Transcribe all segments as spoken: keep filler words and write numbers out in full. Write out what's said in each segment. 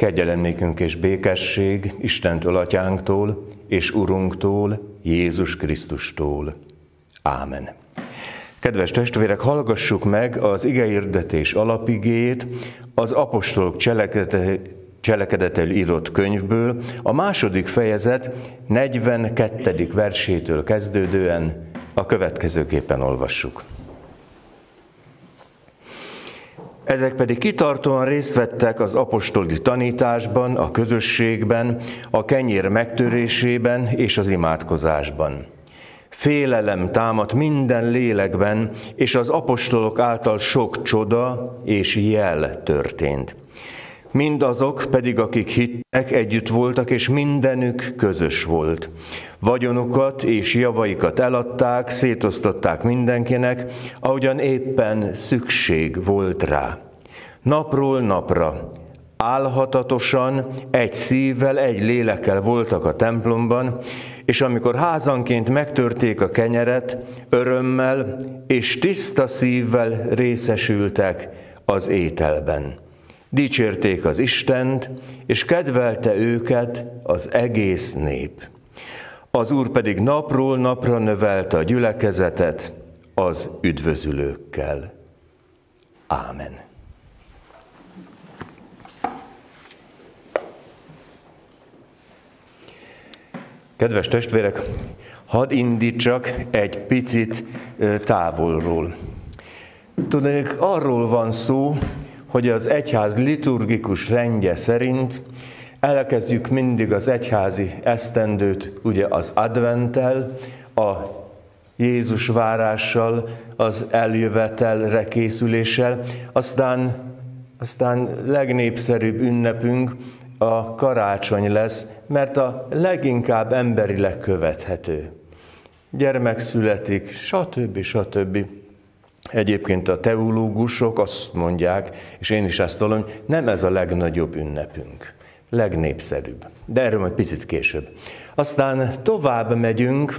Kegyelem nékünk és békesség Istentől, Atyánktól és Urunktól, Jézus Krisztustól. Ámen. Kedves testvérek, hallgassuk meg az igehirdetés alapigéjét az apostolok cselekedete, cselekedetel írott könyvből, a második fejezet negyvenkettedik versétől kezdődően a következőképpen olvassuk. Ezek pedig kitartóan részt vettek az apostoli tanításban, a közösségben, a kenyér megtörésében és az imádkozásban. Félelem támadt minden lélekben, és az apostolok által sok csoda és jel történt. Mindazok pedig, akik hittek, együtt voltak, és mindenük közös volt. Vagyonukat és javaikat eladták, szétosztották mindenkinek, ahogyan éppen szükség volt rá. Napról napra, álhatatosan, egy szívvel, egy lélekkel voltak a templomban, és amikor házanként megtörték a kenyeret, örömmel és tiszta szívvel részesültek az ételben. Dicsérték az Istent, és kedvelte őket az egész nép. Az Úr pedig napról napra növelte a gyülekezetet az üdvözülőkkel. Ámen. Kedves testvérek, hadd indítsak egy picit távolról. Tudnék, arról van szó, hogy az egyház liturgikus rendje szerint elkezdjük mindig az egyházi esztendőt, ugye az adventtel, a Jézus várással, az eljövetelre készüléssel, aztán, aztán legnépszerűbb ünnepünk a karácsony lesz, mert a leginkább emberileg követhető. Gyermek születik, stb. stb. Egyébként a teológusok azt mondják, és én is ezt tudom, nem ez a legnagyobb ünnepünk, legnépszerűbb. De erről majd picit később. Aztán tovább megyünk,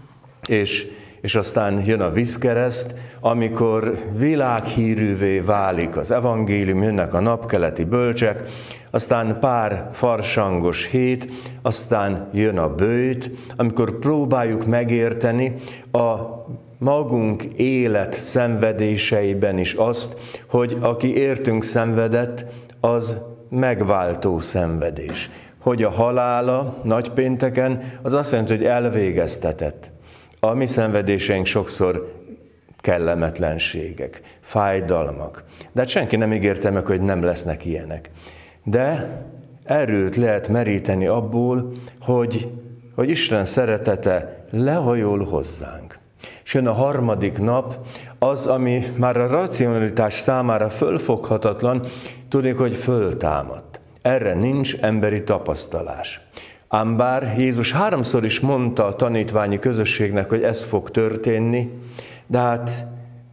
és, és aztán jön a vízkereszt, amikor világhírűvé válik az evangélium, jönnek a napkeleti bölcsek, aztán pár farsangos hét, aztán jön a böjt, amikor próbáljuk megérteni a magunk élet szenvedéseiben is azt, hogy aki értünk szenvedett, az megváltó szenvedés. Hogy a halála nagypénteken, az azt jelenti, hogy elvégeztetett. A mi szenvedéseink sokszor kellemetlenségek, fájdalmak. De hát senki nem ígérte meg, hogy nem lesznek ilyenek. De erőt lehet meríteni abból, hogy, hogy Isten szeretete lehajol hozzánk. És jön a harmadik nap, az, ami már a racionalitás számára fölfoghatatlan, tudnék, hogy föltámadt. Erre nincs emberi tapasztalás. Ám bár Jézus háromszor is mondta a tanítványi közösségnek, hogy ez fog történni, de hát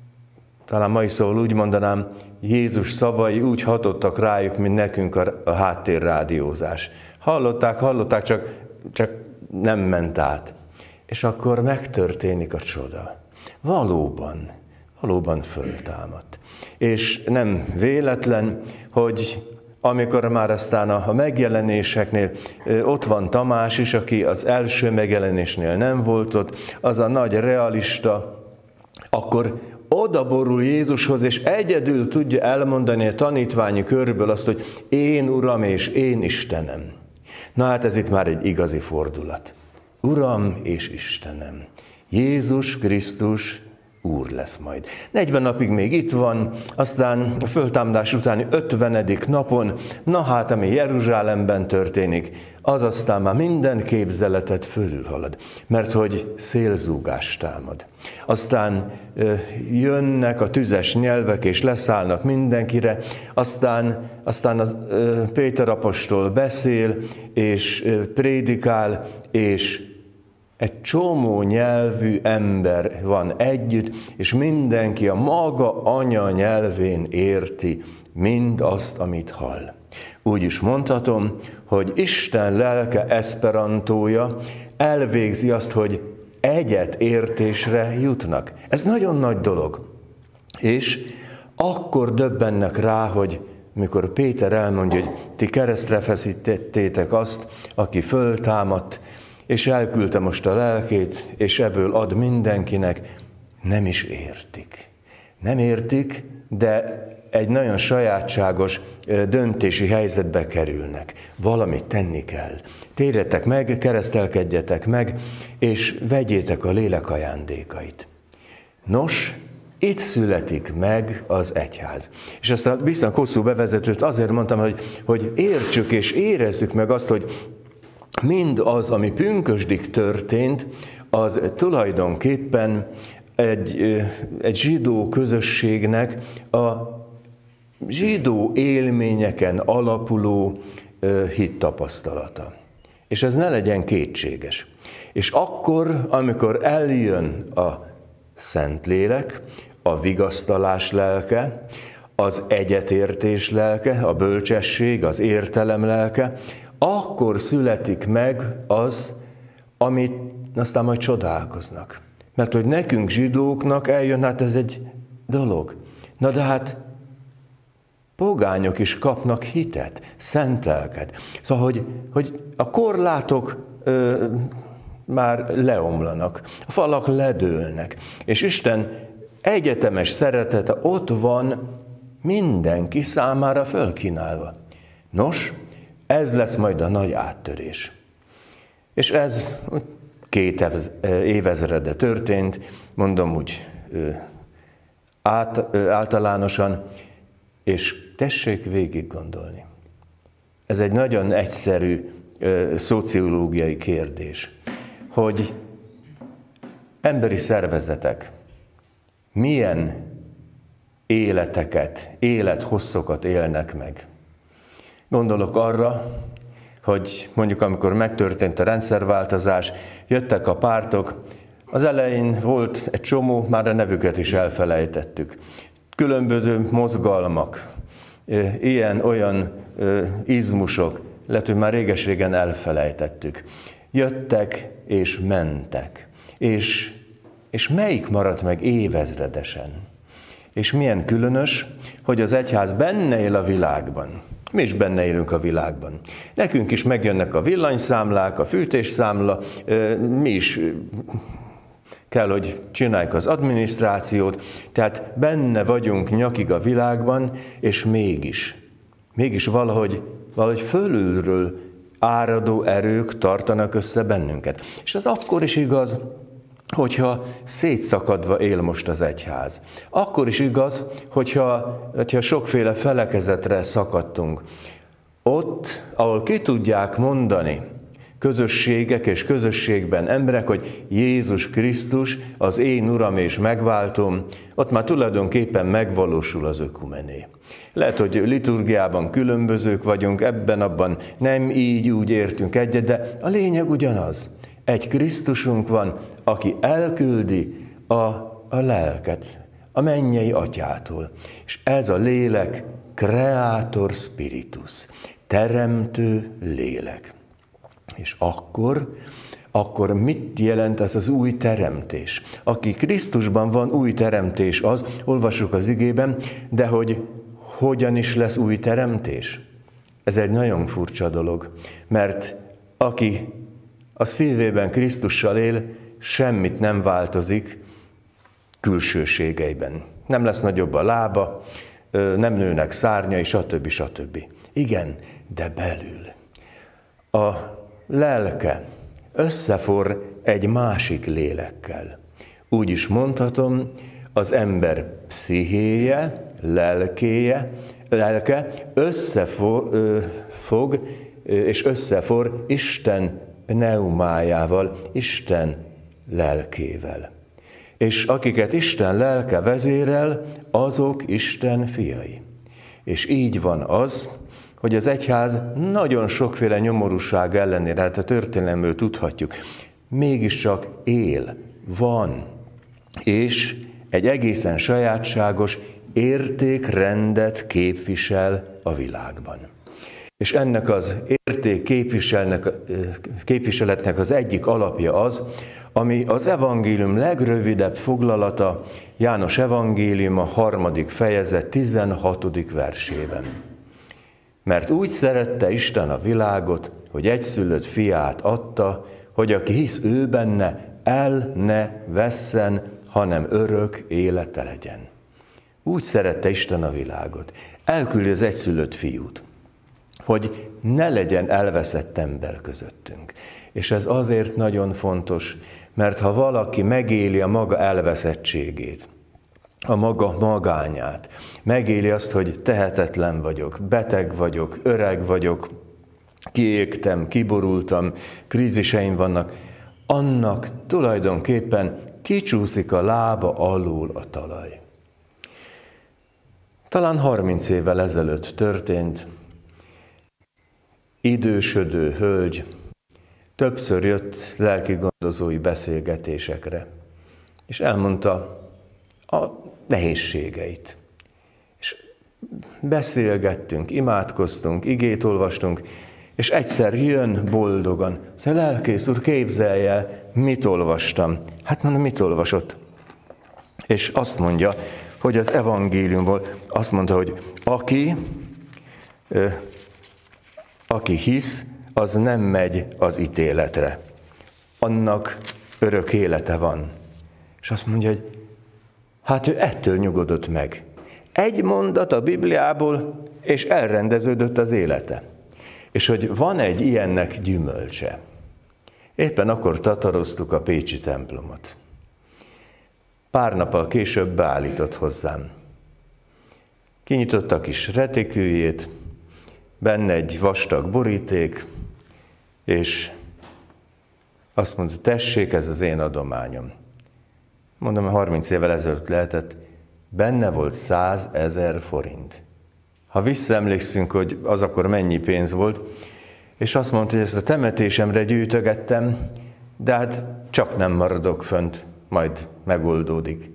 talán mai szóval úgy mondanám, Jézus szavai úgy hatottak rájuk, mint nekünk a, a háttérrádiózás. Hallották, hallották, csak, csak nem ment át. És akkor megtörténik a csoda. Valóban, valóban föltámadt. És nem véletlen, hogy amikor már aztán a megjelenéseknél ott van Tamás is, aki az első megjelenésnél nem volt ott, az a nagy realista, akkor odaborul Jézushoz, és egyedül tudja elmondani a tanítványi körből azt, hogy én Uram és én Istenem. Na hát ez itt már egy igazi fordulat. Uram és Istenem, Jézus Krisztus Úr lesz majd. negyven napig még itt van, aztán a föltámadás utáni ötvenedik napon, na hát, ami Jeruzsálemben történik, az aztán már minden képzeletet fölülhalad, mert hogy szélzúgás támad. Aztán ö, jönnek a tüzes nyelvek, és leszállnak mindenkire, aztán, aztán az, ö, Péter apostol beszél, és ö, prédikál, és egy csomó nyelvű ember van együtt, és mindenki a maga anyanyelvén érti mindazt, amit hall. Úgy is mondhatom, hogy Isten lelke eszperantója elvégzi azt, hogy egyetértésre jutnak. Ez nagyon nagy dolog. És akkor döbbennek rá, hogy mikor Péter elmondja, hogy ti keresztre feszítettétek azt, aki föltámadt, és elküldte most a lelkét, és ebből ad mindenkinek, nem is értik. Nem értik, de egy nagyon sajátságos döntési helyzetbe kerülnek. Valamit tenni kell. Térjetek meg, keresztelkedjetek meg, és vegyétek a lélek ajándékait. Nos, itt születik meg az egyház. És ezt a viszonylag hosszú bevezetőt azért mondtam, hogy, hogy értsük és érezzük meg azt, hogy mind az, ami pünkösdig történt, az tulajdonképpen egy, egy zsidó közösségnek a zsidó élményeken alapuló hittapasztalata. És ez ne legyen kétséges. És akkor, amikor eljön a Szentlélek, a vigasztalás lelke, az egyetértés lelke, a bölcsesség, az értelem lelke, akkor születik meg az, amit aztán majd csodálkoznak. Mert hogy nekünk zsidóknak eljön, hát ez egy dolog. Na de hát pogányok is kapnak hitet, szent lelket. Szóval, hogy, hogy a korlátok ö, már leomlanak, a falak ledőlnek, és Isten egyetemes szeretete ott van mindenki számára fölkínálva. Nos, ez lesz majd a nagy áttörés. És ez két évezrede történt, mondom úgy át, általánosan, és tessék végig gondolni. Ez egy nagyon egyszerű szociológiai kérdés, hogy emberi szervezetek milyen életeket, élethosszokat élnek meg. Gondolok arra, hogy mondjuk amikor megtörtént a rendszerváltozás, jöttek a pártok, az elején volt egy csomó, már a nevüket is elfelejtettük. Különböző mozgalmak, ilyen-olyan izmusok, lehet, hogy már réges-régen elfelejtettük. Jöttek és mentek. És, és melyik maradt meg évezredesen? És milyen különös, hogy az egyház benne él a világban. Mi is benne élünk a világban. Nekünk is megjönnek a villanyszámlák, a fűtésszámla, mi is kell, hogy csináljuk az adminisztrációt, tehát benne vagyunk nyakig a világban, és mégis, mégis valahogy, valahogy fölülről áradó erők tartanak össze bennünket. És ez akkor is igaz, hogyha szétszakadva él most az egyház. Akkor is igaz, hogyha, hogyha sokféle felekezetre szakadtunk. Ott, ahol ki tudják mondani közösségek és közösségben emberek, hogy Jézus Krisztus az én Uram és megváltom, ott már tulajdonképpen megvalósul az ökumené. Lehet, hogy liturgiában különbözők vagyunk, ebben-abban nem így-úgy értünk egyet, de a lényeg ugyanaz. Egy Krisztusunk van, aki elküldi a, a lelket, a mennyei atyától. És ez a lélek Creator Spiritus, teremtő lélek. És akkor, akkor mit jelent ez az új teremtés? Aki Krisztusban van, új teremtés az, olvassuk az igében, de hogy hogyan is lesz új teremtés? Ez egy nagyon furcsa dolog, mert aki a szívében Krisztussal él, semmit nem változik külsőségeiben. Nem lesz nagyobb a lába, nem nőnek szárnyai, stb. stb. Igen, de belül. A lelke összefor egy másik lélekkel. Úgy is mondhatom, az ember pszichéje, lelkéje, lelke összefog és összefor Isten pneumájával, Isten lelkével. És akiket Isten lelke vezérel, azok Isten fiai. És így van az, hogy az egyház nagyon sokféle nyomorúság ellenére, hát a történelemből tudhatjuk, mégiscsak él, van, és egy egészen sajátságos értékrendet képvisel a világban. És ennek az érték képviseletnek az egyik alapja az, ami az evangélium legrövidebb foglalata, János evangélium a harmadik fejezet tizenhatodik versében. Mert úgy szerette Isten a világot, hogy egyszülött fiát adta, hogy aki hisz ő benne, el ne vesszen, hanem örök élete legyen. Úgy szerette Isten a világot. Elküldi az egyszülött fiút, hogy ne legyen elveszett ember közöttünk. És ez azért nagyon fontos, mert ha valaki megéli a maga elveszettségét, a maga magányát, megéli azt, hogy tehetetlen vagyok, beteg vagyok, öreg vagyok, kiégtem, kiborultam, kríziseim vannak, annak tulajdonképpen kicsúszik a lába alól a talaj. Talán harminc évvel ezelőtt történt, idősödő hölgy többször jött lelki gondozói beszélgetésekre, és elmondta a nehézségeit. És beszélgettünk, imádkoztunk, igét olvastunk, és egyszer jön boldogan. Szóval lelkész úr, képzelj el, mit olvastam. Hát mondom, mit olvasott? És azt mondja, hogy az evangéliumból azt mondta, hogy aki, ö, aki hisz, az nem megy az ítéletre. Annak örök élete van. És azt mondja, hogy hát ő ettől nyugodott meg. Egy mondat a Bibliából, és elrendeződött az élete. És hogy van egy ilyennek gyümölcse. Éppen akkor tataroztuk a pécsi templomot. Pár nappal később beállított hozzám. Kinyitotta a kis retikűjét, benne egy vastag boríték, és azt mondta, tessék, ez az én adományom. Mondom, harminc évvel ezelőtt lehetett, benne volt százezer forint. Ha visszaemlékszünk, hogy az akkor mennyi pénz volt, és azt mondta, hogy ezt a temetésemre gyűjtögettem, de hát csak nem maradok fönt, majd megoldódik.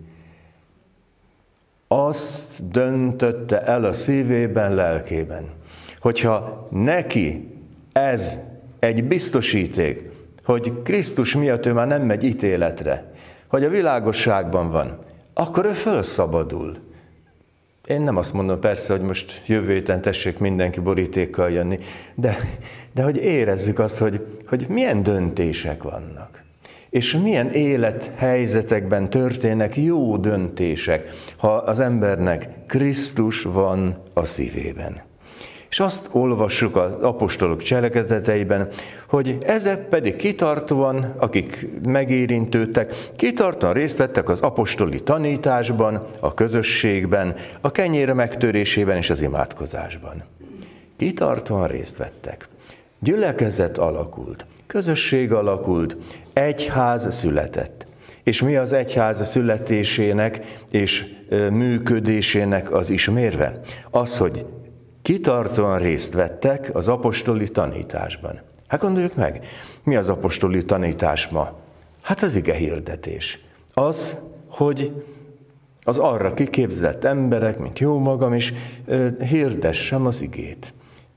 Azt döntötte el a szívében, lelkében, hogyha neki ez egy biztosíték, hogy Krisztus miatt ő már nem megy ítéletre, hogy a világosságban van, akkor ő fölszabadul. Én nem azt mondom persze, hogy most jövő héten tessék mindenki borítékkal jönni, de, de hogy érezzük azt, hogy, hogy milyen döntések vannak. És milyen élethelyzetekben történnek jó döntések, ha az embernek Krisztus van a szívében. És azt olvassuk az apostolok cselekedeteiben, hogy ezek pedig kitartóan, akik megérintődtek, kitartóan részt vettek az apostoli tanításban, a közösségben, a kenyér megtörésében és az imádkozásban. Kitartóan részt vettek. Gyülekezet alakult, közösség alakult, egyház született. És mi az egyház születésének és működésének az ismérve? Az, hogy kitartóan részt vettek az apostoli tanításban. Hát gondoljuk meg, mi az apostoli tanítás ma? Hát az ige hirdetés. Az, hogy az arra kiképzett emberek, mint jó magam is, hirdessem az igét.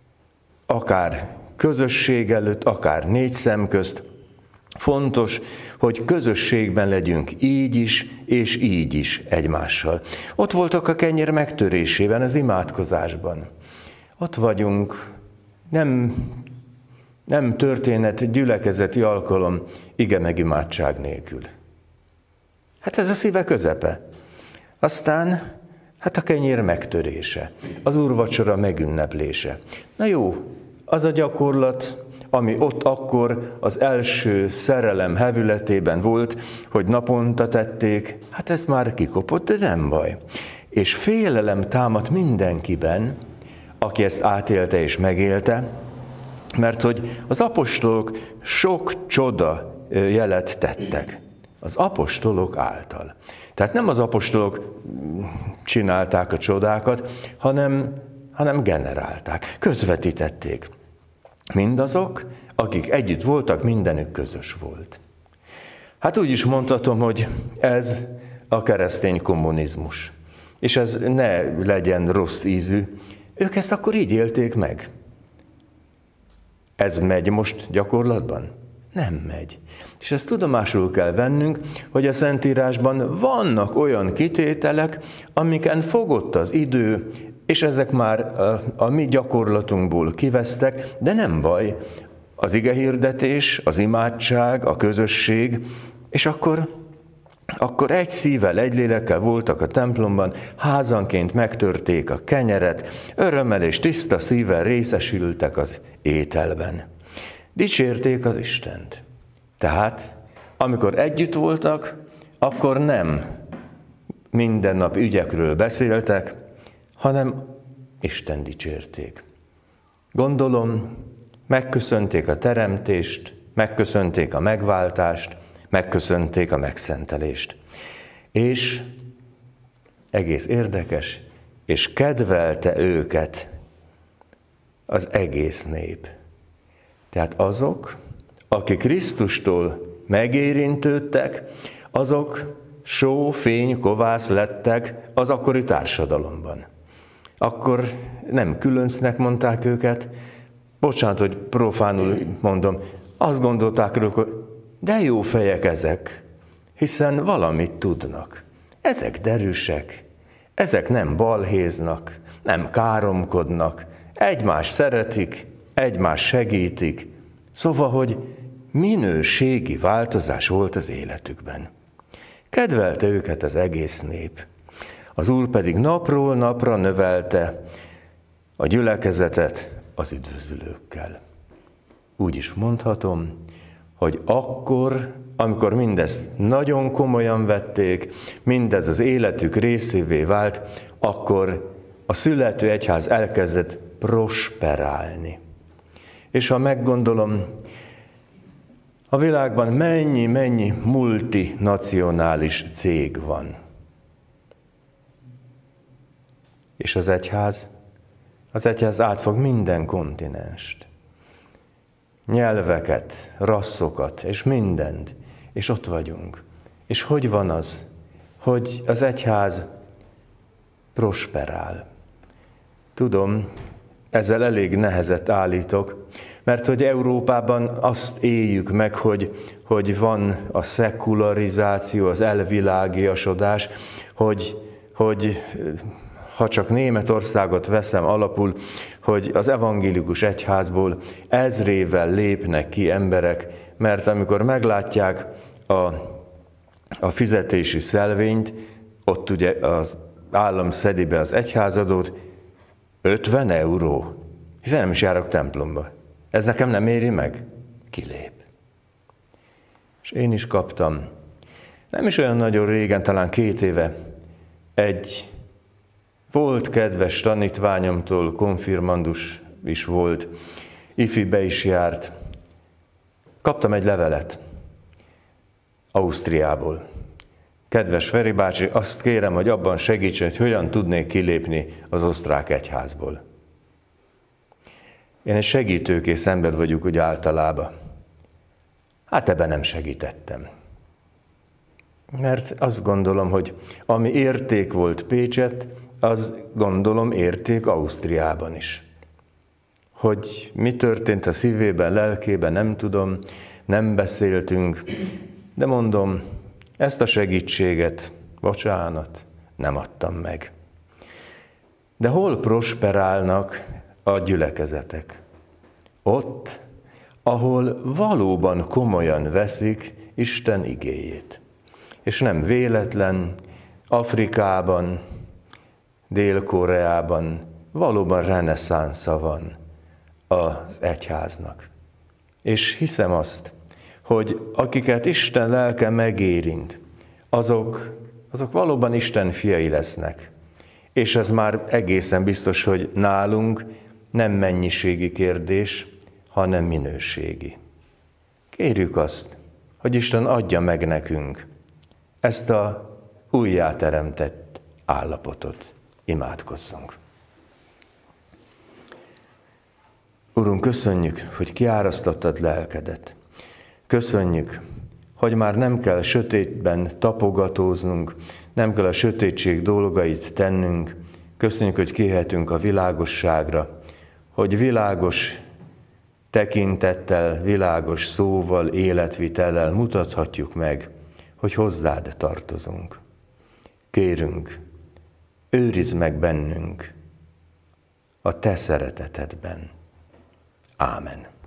Akár közösség előtt, akár négy szem közt. Fontos, hogy közösségben legyünk így is, és így is egymással. Ott voltak a kenyér megtörésében, az imádkozásban. Ott vagyunk, nem, nem történet gyülekezeti alkalom, ige meg imádság nélkül. Hát ez a szíve közepe. Aztán, hát a kenyér megtörése, az úrvacsora megünneplése. Na jó, az a gyakorlat, ami ott akkor az első szerelem hevületében volt, hogy naponta tették, hát ez már kikopott, de nem baj. És félelem támadt mindenkiben, aki ezt átélte és megélte, mert hogy az apostolok sok csoda jelet tettek. Az apostolok által. Tehát nem az apostolok csinálták a csodákat, hanem, hanem generálták, közvetítették. Mindazok, akik együtt voltak, mindenük közös volt. Hát úgy is mondhatom, hogy ez a keresztény kommunizmus. És ez ne legyen rossz ízű. Ők ezt akkor így élték meg. Ez megy most gyakorlatban? Nem megy. És ezt tudomásul kell vennünk, hogy a Szentírásban vannak olyan kitételek, amiken fogott az idő, és ezek már a, a mi gyakorlatunkból kivesztek, de nem baj. Az igehirdetés, az imádság, a közösség, és akkor, akkor egy szívvel, egy lélekkel voltak a templomban, házanként megtörték a kenyeret, örömmel és tiszta szívvel részesültek az ételben. Dicsérték az Istent. Tehát, amikor együtt voltak, akkor nem minden nap ügyekről beszéltek, hanem Isten dicsérték. Gondolom, megköszönték a teremtést, megköszönték a megváltást, megköszönték a megszentelést. És egész érdekes, és kedvelte őket az egész nép. Tehát azok, akik Krisztustól megérintődtek, azok só, fény, kovász lettek az akkori társadalomban. Akkor nem különcnek mondták őket, bocsánat, hogy profánul mondom, azt gondolták róluk, hogy de jó fejek ezek, hiszen valamit tudnak. Ezek derűsek, ezek nem balhéznak, nem káromkodnak, egymást szeretik, egymást segítik. Szóval, hogy minőségi változás volt az életükben. Kedvelte őket az egész nép. Az Úr pedig napról napra növelte a gyülekezetet az üdvözülőkkel. Úgy is mondhatom, hogy akkor, amikor mindezt nagyon komolyan vették, mindez az életük részévé vált, akkor a születő egyház elkezdett prosperálni. És ha meggondolom, a világban mennyi-mennyi multinacionális cég van. És az egyház? Az egyház átfog minden kontinenst. Nyelveket, rasszokat, és mindent. És ott vagyunk. És hogy van az, hogy az egyház prosperál? Tudom, ezzel elég nehezet állítok, mert hogy Európában azt éljük meg, hogy, hogy van a szekularizáció, az elvilágiasodás, hogy, hogy ha csak Németországot veszem alapul, hogy az evangélikus egyházból ezrével lépnek ki emberek, mert amikor meglátják a, a fizetési szelvényt, ott ugye az állam szedi be az egyházadót, ötven euró, hiszen nem is járok templomba. Ez nekem nem éri meg? Kilép. És én is kaptam, nem is olyan nagyon régen, talán két éve, egy volt kedves tanítványomtól, konfirmandus is volt, ifibe is járt. Kaptam egy levelet Ausztriából. Kedves Feri bácsi, azt kérem, hogy abban segítsen, hogy hogyan tudnék kilépni az osztrák egyházból. Én egy segítőkész ember vagyok úgy általában. Hát ebben nem segítettem. Mert azt gondolom, hogy ami érték volt Pécsett, az gondolom érték Ausztriában is. Hogy mi történt a szívében, lelkében, nem tudom, nem beszéltünk, de mondom, ezt a segítséget, bocsánat, nem adtam meg. De hol prosperálnak a gyülekezetek? Ott, ahol valóban komolyan veszik Isten igéjét. És nem véletlen, Afrikában, Dél-Koreában valóban reneszánsza van az egyháznak. És hiszem azt, hogy akiket Isten lelke megérint, azok, azok valóban Isten fiai lesznek. És ez már egészen biztos, hogy nálunk nem mennyiségi kérdés, hanem minőségi. Kérjük azt, hogy Isten adja meg nekünk ezt a újjáteremtett állapotot. Imádkozzunk. Urunk, köszönjük, hogy kiárasztottad lelkedet. Köszönjük, hogy már nem kell sötétben tapogatóznunk, nem kell a sötétség dolgait tennünk. Köszönjük, hogy kihetünk a világosságra, hogy világos tekintettel, világos szóval, életvitellel mutathatjuk meg, hogy hozzád tartozunk. Kérünk, őrizd meg bennünk a te szeretetedben. Ámen.